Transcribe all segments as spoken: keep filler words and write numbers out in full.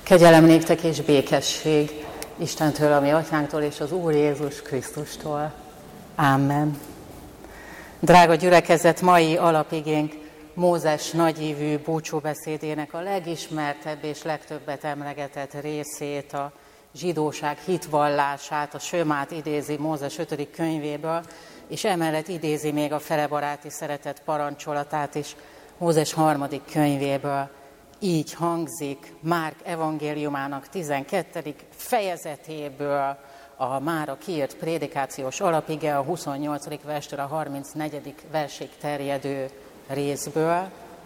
Kegyelem néktek és békesség Istentől, a mi atyánktól és az Úr Jézus Krisztustól. Amen. Drága gyülekezet, mai alapigénk Mózes nagyívű búcsúbeszédének a legismertebb és legtöbbet emlegetett részét, a zsidóság hitvallását, a Sömát idézi Mózes ötödik könyvéből, és emellett idézi még a felebaráti szeretet parancsolatát is Mózes harmadik könyvéből. Így hangzik Márk evangéliumának tizenkettedik fejezetéből a mára kiírt prédikációs alapige, a huszonnyolcadik verstől a harmincnegyedik versig terjedő részből.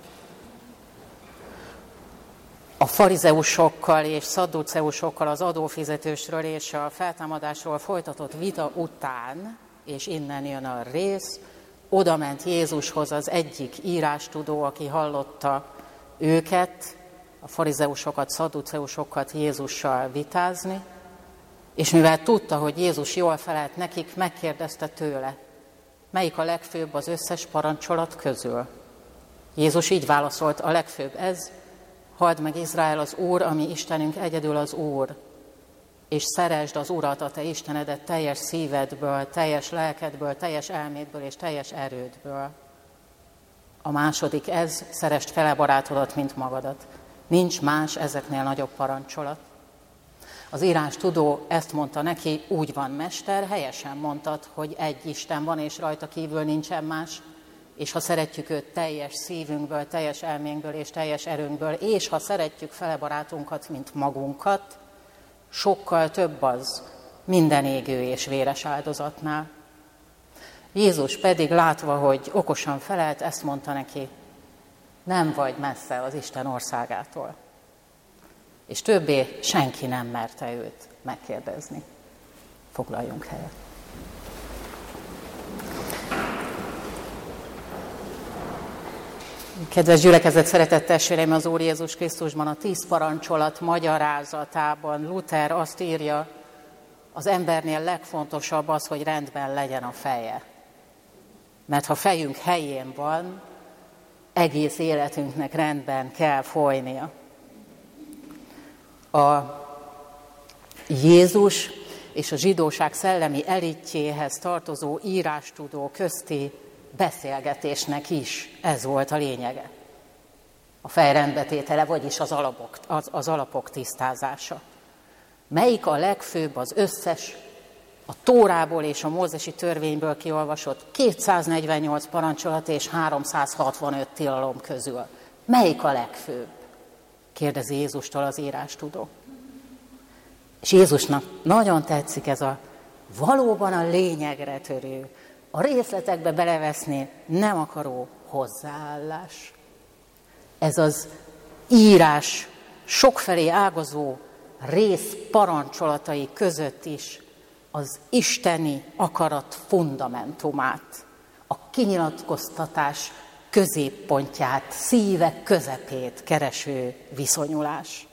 A farizeusokkal és szadduceusokkal az adófizetősről és a feltámadásról folytatott vita után, és innen jön a rész, odament Jézushoz az egyik írástudó, aki hallotta őket, a farizeusokat, szadduceusokat Jézussal vitázni, és mivel tudta, hogy Jézus jól felelt nekik, megkérdezte tőle, melyik a legfőbb az összes parancsolat közül. Jézus így válaszolt, a legfőbb ez, halld meg Izrael, az Úr, ami Istenünk egyedül az Úr, és szeresd az Urat, a te Istenedet teljes szívedből, teljes lelkedből, teljes elmédből és teljes erődből. A második ez, szeresd fele barátodat, mint magadat. Nincs más ezeknél nagyobb parancsolat. Az írástudó ezt mondta neki, úgy van, mester, helyesen mondtad, hogy egy Isten van, és rajta kívül nincsen más, és ha szeretjük őt teljes szívünkből, teljes elménkből és teljes erőnkből, és ha szeretjük fele barátunkat, mint magunkat, sokkal több az minden égő és véres áldozatnál. Jézus pedig látva, hogy okosan felelt, ezt mondta neki, nem vagy messze az Isten országától. És többé senki nem merte őt megkérdezni. Foglaljunk helyet. Kedves gyülekezet, szeretett testvéreim, az Úr Jézus Krisztusban a tíz parancsolat magyarázatában Luther azt írja, az embernél legfontosabb az, hogy rendben legyen a feje. Mert ha fejünk helyén van, egész életünknek rendben kell folynia. A Jézus és a zsidóság szellemi elitjéhez tartozó írástudó közti beszélgetésnek is ez volt a lényege. A fej rendbetétele, vagyis az alapok, az, az alapok tisztázása. Melyik a legfőbb az összes, a Tórából és a mózesi törvényből kiolvasott kétszáznegyvennyolc parancsolat és háromszázhatvanöt tilalom közül? Melyik a legfőbb? Kérdezi Jézustól az írástudó. És Jézusnak nagyon tetszik ez a valóban a lényegre törő, a részletekbe beleveszni nem akaró hozzáállás. Ez az írás sokfelé ágazó rész parancsolatai között is az isteni akarat fundamentumát, a kinyilatkoztatás középpontját, szívek közepét kereső viszonyulás.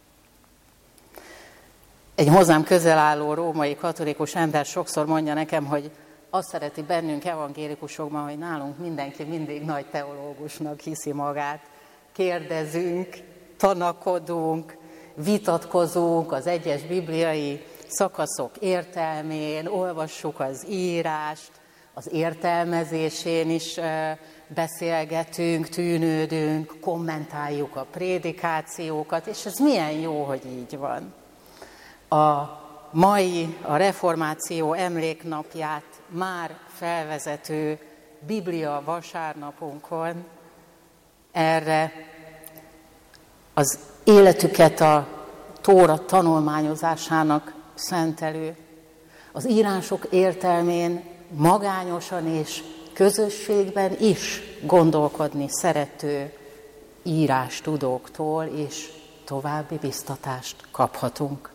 Egy hozzám közel álló római katolikus ember sokszor mondja nekem, hogy azt szereti bennünk evangélikusokban, hogy nálunk mindenki mindig nagy teológusnak hiszi magát. Kérdezünk, tanakodunk, vitatkozunk az egyes bibliai szakaszok értelmén, olvassuk az írást, az értelmezésén is beszélgetünk, tűnődünk, kommentáljuk a prédikációkat, és ez milyen jó, hogy így van. A mai, a reformáció emléknapját már felvezető Biblia vasárnapunkon erre az életüket a Tóra tanulmányozásának szentelő, az írások értelmén magányosan és közösségben is gondolkodni szerető írástudóktól is további biztatást kaphatunk.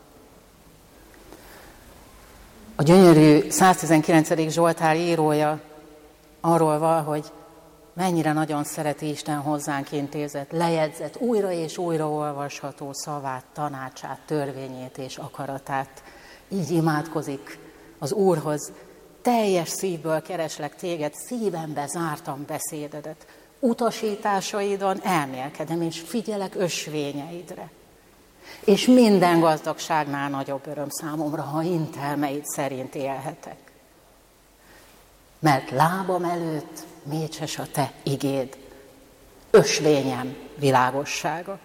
A gyönyörű száztizenkilencedik Zsoltár írója arról van, hogy mennyire nagyon szereti Isten hozzánk intézett, lejegyzett, újra és újra olvasható szavát, tanácsát, törvényét és akaratát. Így imádkozik az Úrhoz, teljes szívből kereslek téged, szívembe zártam beszédedet. Utasításaidon elmélkedem, és figyelek ösvényeidre. És minden gazdagságnál nagyobb öröm számomra, ha intelmeid szerint élhetek. Mert lábam előtt mécses a te igéd, ösvényem világossága.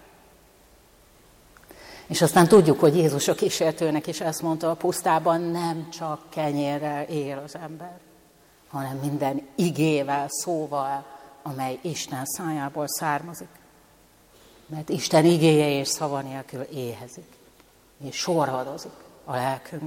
És aztán tudjuk, hogy Jézus a kísértőnek is ezt mondta a pusztában, nem csak kenyérrel él az ember, hanem minden igével, szóval, amely Isten szájából származik. Mert Isten igéje és szava nélkül éhezik, és sorhadozik a lelkünk.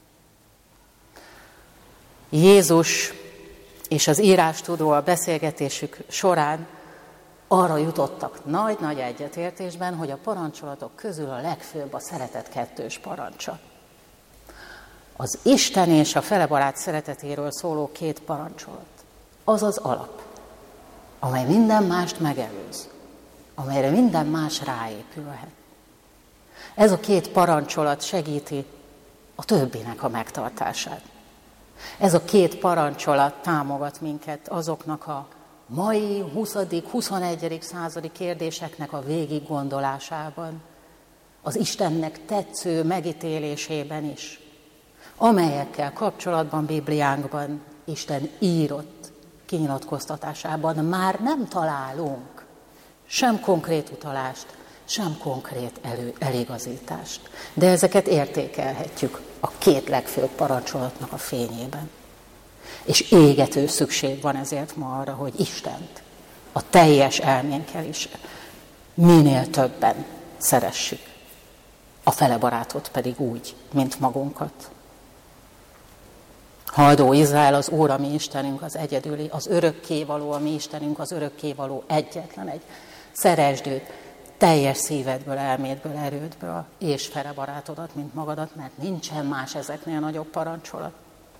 Jézus és az írástudó a beszélgetésük során arra jutottak nagy-nagy egyetértésben, hogy a parancsolatok közül a legfőbb a szeretet kettős parancsa. Az Isten és a felebarát szeretetéről szóló két parancsolat. Az az alap, amely minden mást megelőz, amelyre minden más ráépülhet. Ez a két parancsolat segíti a többinek a megtartását. Ez a két parancsolat támogat minket azoknak a mai huszadik, huszonegyedik századi kérdéseknek a végiggondolásában, az Istennek tetsző megítélésében is, amelyekkel kapcsolatban Bibliánkban, Isten írott kinyilatkoztatásában már nem találunk sem konkrét utalást, sem konkrét elő, eligazítást. De ezeket értékelhetjük a két legfőbb parancsolatnak a fényében. És égető szükség van ezért ma arra, hogy Istent a teljes elménkkel is minél többen szeressük. A felebarátot pedig úgy, mint magunkat. Haldó Izrael, az Úr, a mi Istenünk, az egyedüli, az örökkévaló, a mi Istenünk, az örökkévaló, egyetlen egy. Szeresd őt teljes szívedből, elmédből, erődből, és felebarátodat, mint magadat, mert nincsen más ezeknél nagyobb parancsolat.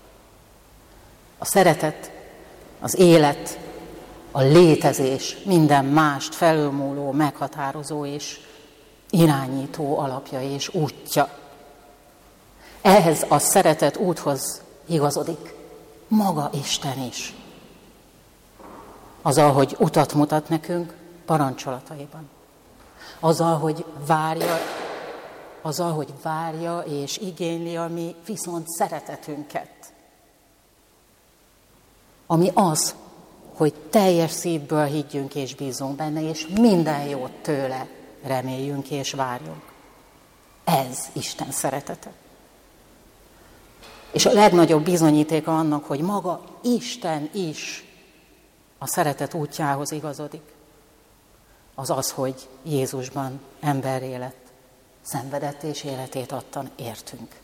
A szeretet, az élet, a létezés minden mást felülmúló, meghatározó és irányító alapja és útja. Ehhez a szeretet úthoz igazodik maga Isten is. Azzal, hogy utat mutat nekünk parancsolataiban. Azzal, hogy várja, azzal, hogy várja és igényli a mi viszont szeretetünket. Ami az, hogy teljes szívből higgyünk és bízunk benne, és minden jót tőle reméljünk és várjunk. Ez Isten szeretete. És a legnagyobb bizonyítéka annak, hogy maga Isten is a szeretet útjához igazodik, az az, hogy Jézusban emberré lett, szenvedett és életét adta értünk.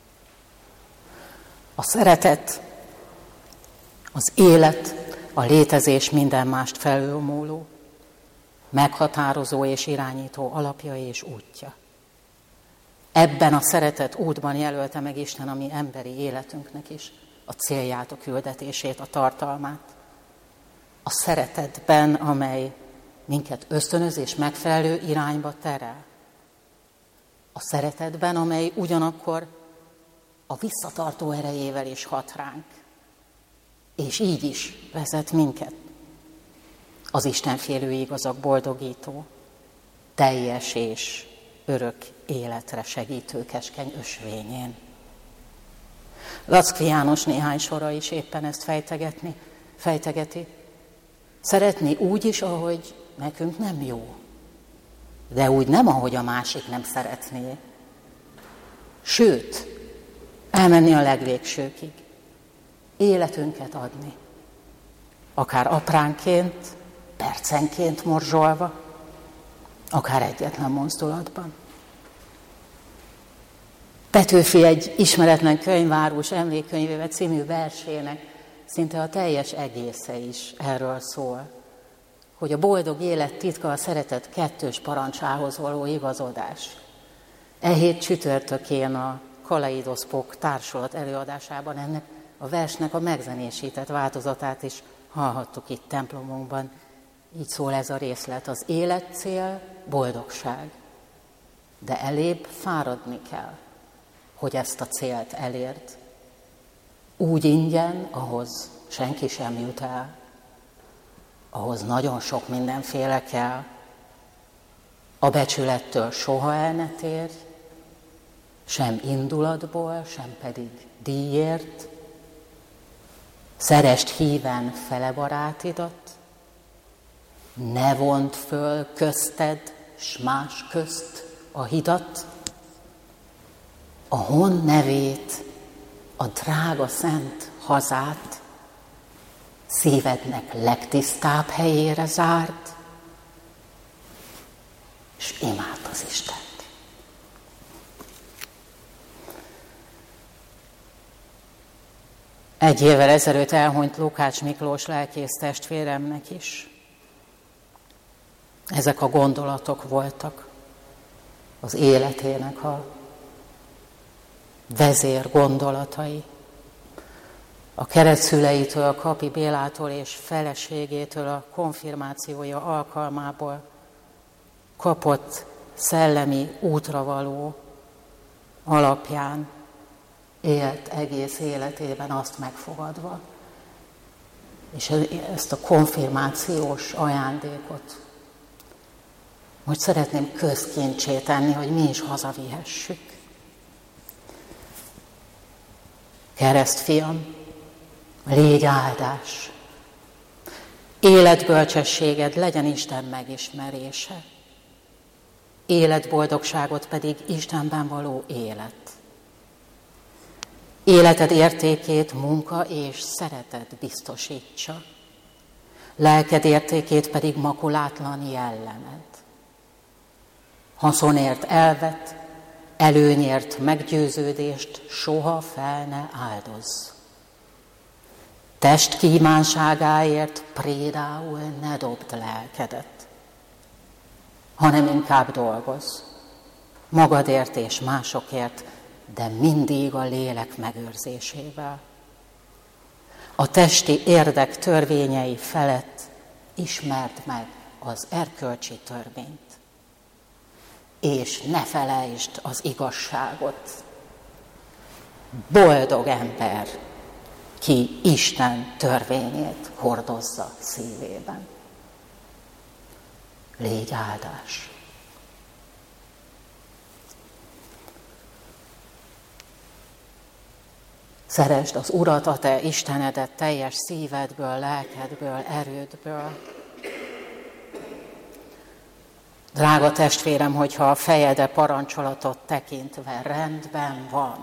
A szeretet, az élet, a létezés minden mást felülmúló, meghatározó és irányító alapja és útja. Ebben a szeretet útban jelölte meg Isten a mi emberi életünknek is a célját, a küldetését, a tartalmát. A szeretetben, amely minket ösztönöz és megfelelő irányba terel. A szeretetben, amely ugyanakkor a visszatartó erejével is hat ránk. És így is vezet minket az Istenfélő igazak boldogító, teljes és örök életre segítő keskeny ösvényén. Lackfi János néhány sora is éppen ezt fejtegetni, fejtegeti. Szeretni úgy is, ahogy nekünk nem jó, de úgy nem, ahogy a másik nem szeretné. Sőt, elmenni a legvégsőkig, életünket adni, akár apránként, percenként morzsolva, akár egyetlen mozdulatban. Petőfi egy ismeretlen könyvárus emlékkönyvébe című versének szinte a teljes egésze is erről szól, hogy a boldog élet titka a szeretet kettős parancsához való igazodás. E hét csütörtökén a Kaleidoszpok társulat előadásában ennek a versnek a megzenésített változatát is hallhattuk itt templomunkban. Így szól ez a részlet: az életcél boldogság, de elébb fáradni kell, hogy ezt a célt elérd. Úgy ingyen, ahhoz senki sem jut el, ahhoz nagyon sok mindenféle kell, A becsülettől soha el ne térj, sem indulatból, sem pedig díjért. Szeresd híven fele barátidat, ne vondd föl közted s más közt a hidat. A hon nevét, a drága szent hazát szívednek legtisztább helyére zárd, és imád az Istent. Egy évvel ezelőtt elhunyt Lukács Miklós lelkész testvéremnek is. Ezek a gondolatok voltak az életének a vezér gondolatai. A keresztszüleitől, Kapi Bélától és feleségétől a konfirmációja alkalmából kapott szellemi útravaló alapján élt egész életében azt megfogadva. És ezt a konfirmációs ajándékot most szeretném közkincsé tenni, hogy mi is hazavihessük. Keresztfiam, légy áldás. Életbölcsességed legyen Isten megismerése. Életboldogságot pedig Istenben való élet. Életed értékét munka és szeretet biztosítsa. Lelked értékét pedig makulátlan jellemed. Haszonért elvet, előnyért meggyőződést soha fel ne áldozz. Test kívánságáért prédául ne dobd lelkedet, hanem inkább dolgozz, magadért és másokért, de mindig a lélek megőrzésével. A testi érdek törvényei felett ismerd meg az erkölcsi törvényt, és ne felejtsd az igazságot. Boldog ember, ki Isten törvényét hordozza szívében. Légy áldás! Szeresd az Urat, a te Istenedet teljes szívedből, lelkedből, erődből. Drága testvérem, hogyha a fejede parancsolatot tekintve rendben van,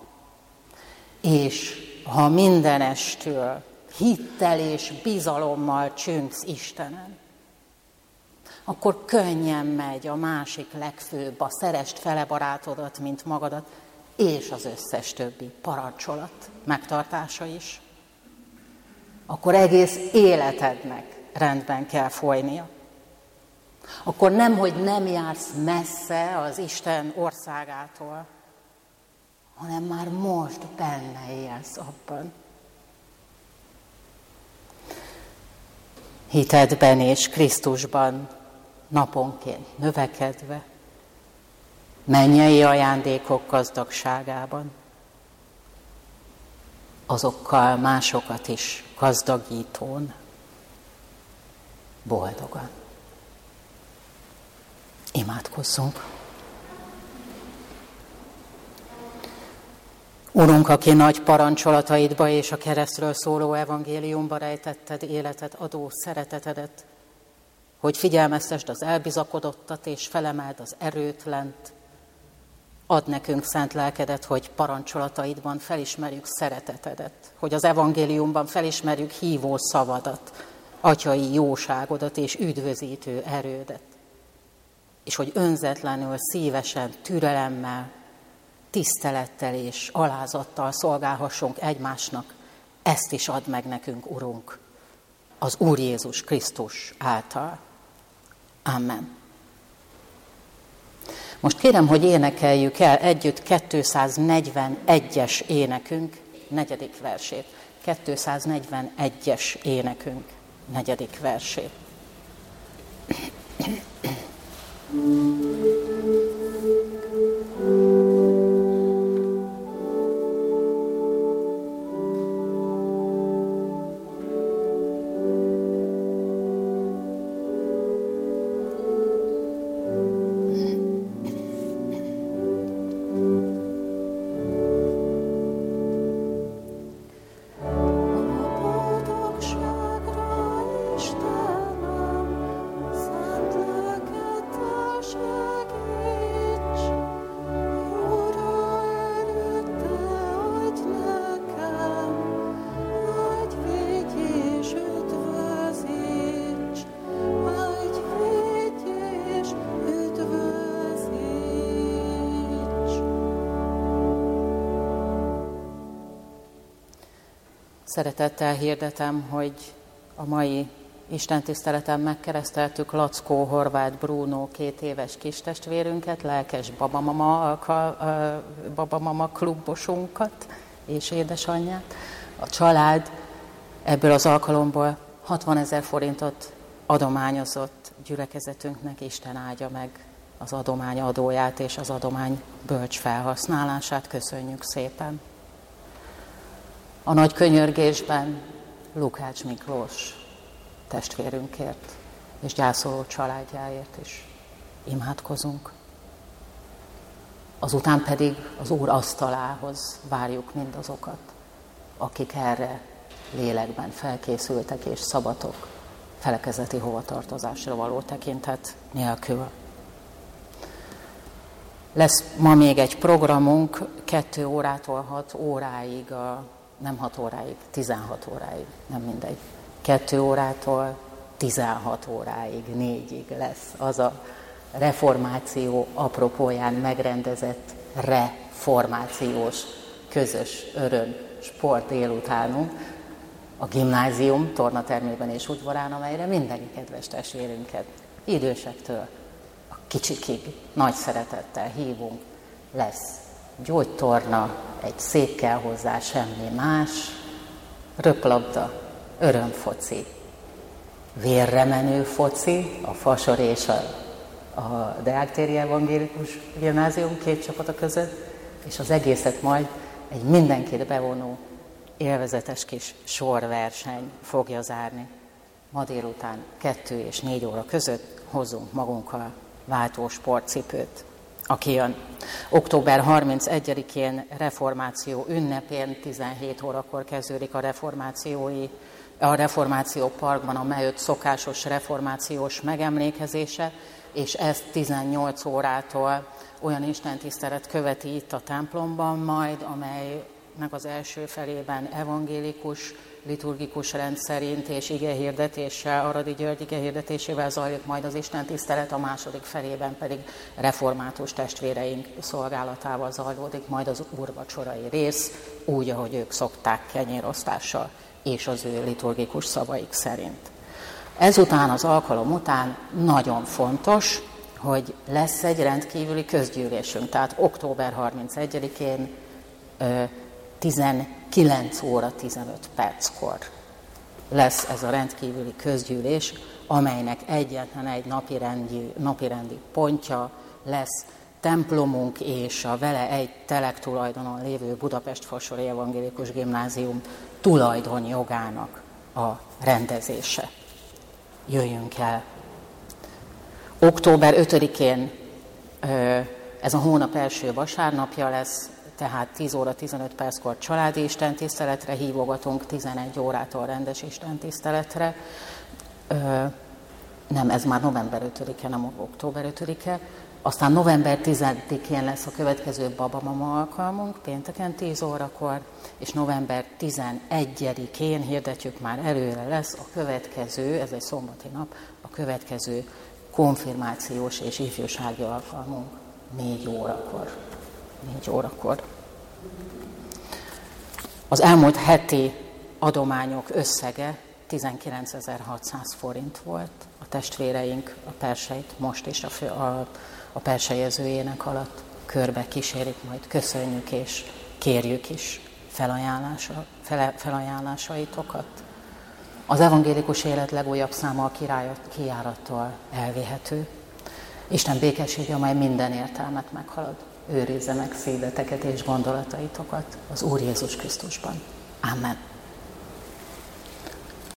és ha mindenestől hittel és bizalommal csüngsz Istenen, akkor könnyen megy a másik legfőbb, a szeresd fele barátodat, mint magadat, és az összes többi parancsolat megtartása is. Akkor egész életednek rendben kell folynia. Akkor nemhogy nem jársz messze az Isten országától, hanem már most benne élsz abban. Hitedben és Krisztusban naponként növekedve, mennyei ajándékok gazdagságában, azokkal másokat is gazdagítón, boldogan. Imádkozzunk! Urunk, aki nagy parancsolataidba és a keresztről szóló evangéliumba rejtetted életet adó szeretetedet, hogy figyelmeztesd az elbizakodottat és felemeld az erőtlent, add nekünk szent lelkedet, hogy parancsolataidban felismerjük szeretetedet, hogy az evangéliumban felismerjük hívó szavadat, atyai jóságodat és üdvözítő erődet, és hogy önzetlenül, szívesen, türelemmel, tisztelettel és alázattal szolgálhassunk egymásnak, ezt is add meg nekünk, Urunk, az Úr Jézus Krisztus által. Amen. Most kérem, hogy énekeljük el együtt kétszáznegyvenegyes énekünk negyedik versét. kétszáznegyvenegyes énekünk negyedik versét. Szeretettel hirdetem, hogy a mai istentiszteleten megkereszteltük Lackó Horváth Bruno két éves kistestvérünket, lelkes babamama, babamama klubosunkat és édesanyját. A család ebből az alkalomból hatvanezer forintot adományozott gyülekezetünknek. Isten áldja meg az adomány adóját és az adomány bölcs felhasználását. Köszönjük szépen! A nagy könyörgésben Lukács Miklós testvérünkért és gyászoló családjáért is imádkozunk. Azután pedig az Úr asztalához várjuk mindazokat, akik erre lélekben felkészültek és szabatok, felekezeti hovatartozásra való tekintet nélkül. Lesz ma még egy programunk, kettő órától hat óráig, a, nem hat óráig, tizenhat óráig, nem mindegy. Kettő órától tizenhat óráig, négyig lesz az a reformáció apropóján megrendezett reformációs közös öröm sport délutánunk a gimnázium tornatermében és udvarán, amelyre minden kedves testvérünket, idősektől a kicsikig nagy szeretettel hívunk. Lesz gyógytorna, egy szék kell hozzá, semmi más, röplabda, örömfoci, vérre menő foci, a Fasor és a, a Deák-téri Evangélikus Gimnázium két csapata között, és az egészet majd egy mindenkit bevonó, élvezetes kis sorverseny fogja zárni. Ma délután kettő és négy óra között hozzunk magunkkal váltó sportcipőt, aki jön. október harmincegyedikén reformáció ünnepén tizenhét órakor kezdődik a reformációi a Reformáció Parkban a Meöt szokásos reformációs megemlékezése, és ezt tizennyolc órától olyan istentisztelet követi itt a templomban majd, amelynek az első felében evangélikus, liturgikus rend szerint és igehirdetéssel, Aradi György igehirdetésével zajlik majd az istentisztelet, a második felében pedig református testvéreink szolgálatával zajlódik majd az úrvacsorai rész, úgy, ahogy ők szokták, kenyérosztással és az ő liturgikus szavaik szerint. Ezután, az alkalom után nagyon fontos, hogy lesz egy rendkívüli közgyűlésünk, tehát október harmincegyedikén tizenkilenc óra tizenöt perckor lesz ez a rendkívüli közgyűlés, amelynek egyetlen egy napirendi, napirendi pontja lesz templomunk és a vele egy telek tulajdonon lévő Budapest-Fasori Evangélikus Gimnázium tulajdonjogának a rendezése. Jöjjünk el! október ötödikén ez a hónap első vasárnapja lesz, tehát tíz óra tizenöt perckor családi istentiszteletre hívogatunk, tizenegy órától rendes istentiszteletre. Nem, ez már november ötödike, nem október ötödike. Aztán november tizedikén lesz a következő babamama alkalmunk, pénteken tíz órakor, és november tizenegyedikén hirdetjük már előre lesz a következő, ez egy szombati nap, a következő konfirmációs és ifjúsági alkalmunk négy órakor. négy órakor. Az elmúlt heti adományok összege tizenkilencezer-hatszáz forint volt. A testvéreink a perseit most is a, fő, a, a persejezőjének alatt körbe kísérik, majd köszönjük és kérjük is felajánlása, fele, felajánlásaitokat. Az evangélikus élet legújabb száma a kijárattól elvihető. Isten békessége, amely minden értelmet meghalad, őrizze meg szíveteket és gondolataitokat az Úr Jézus Krisztusban. Amen.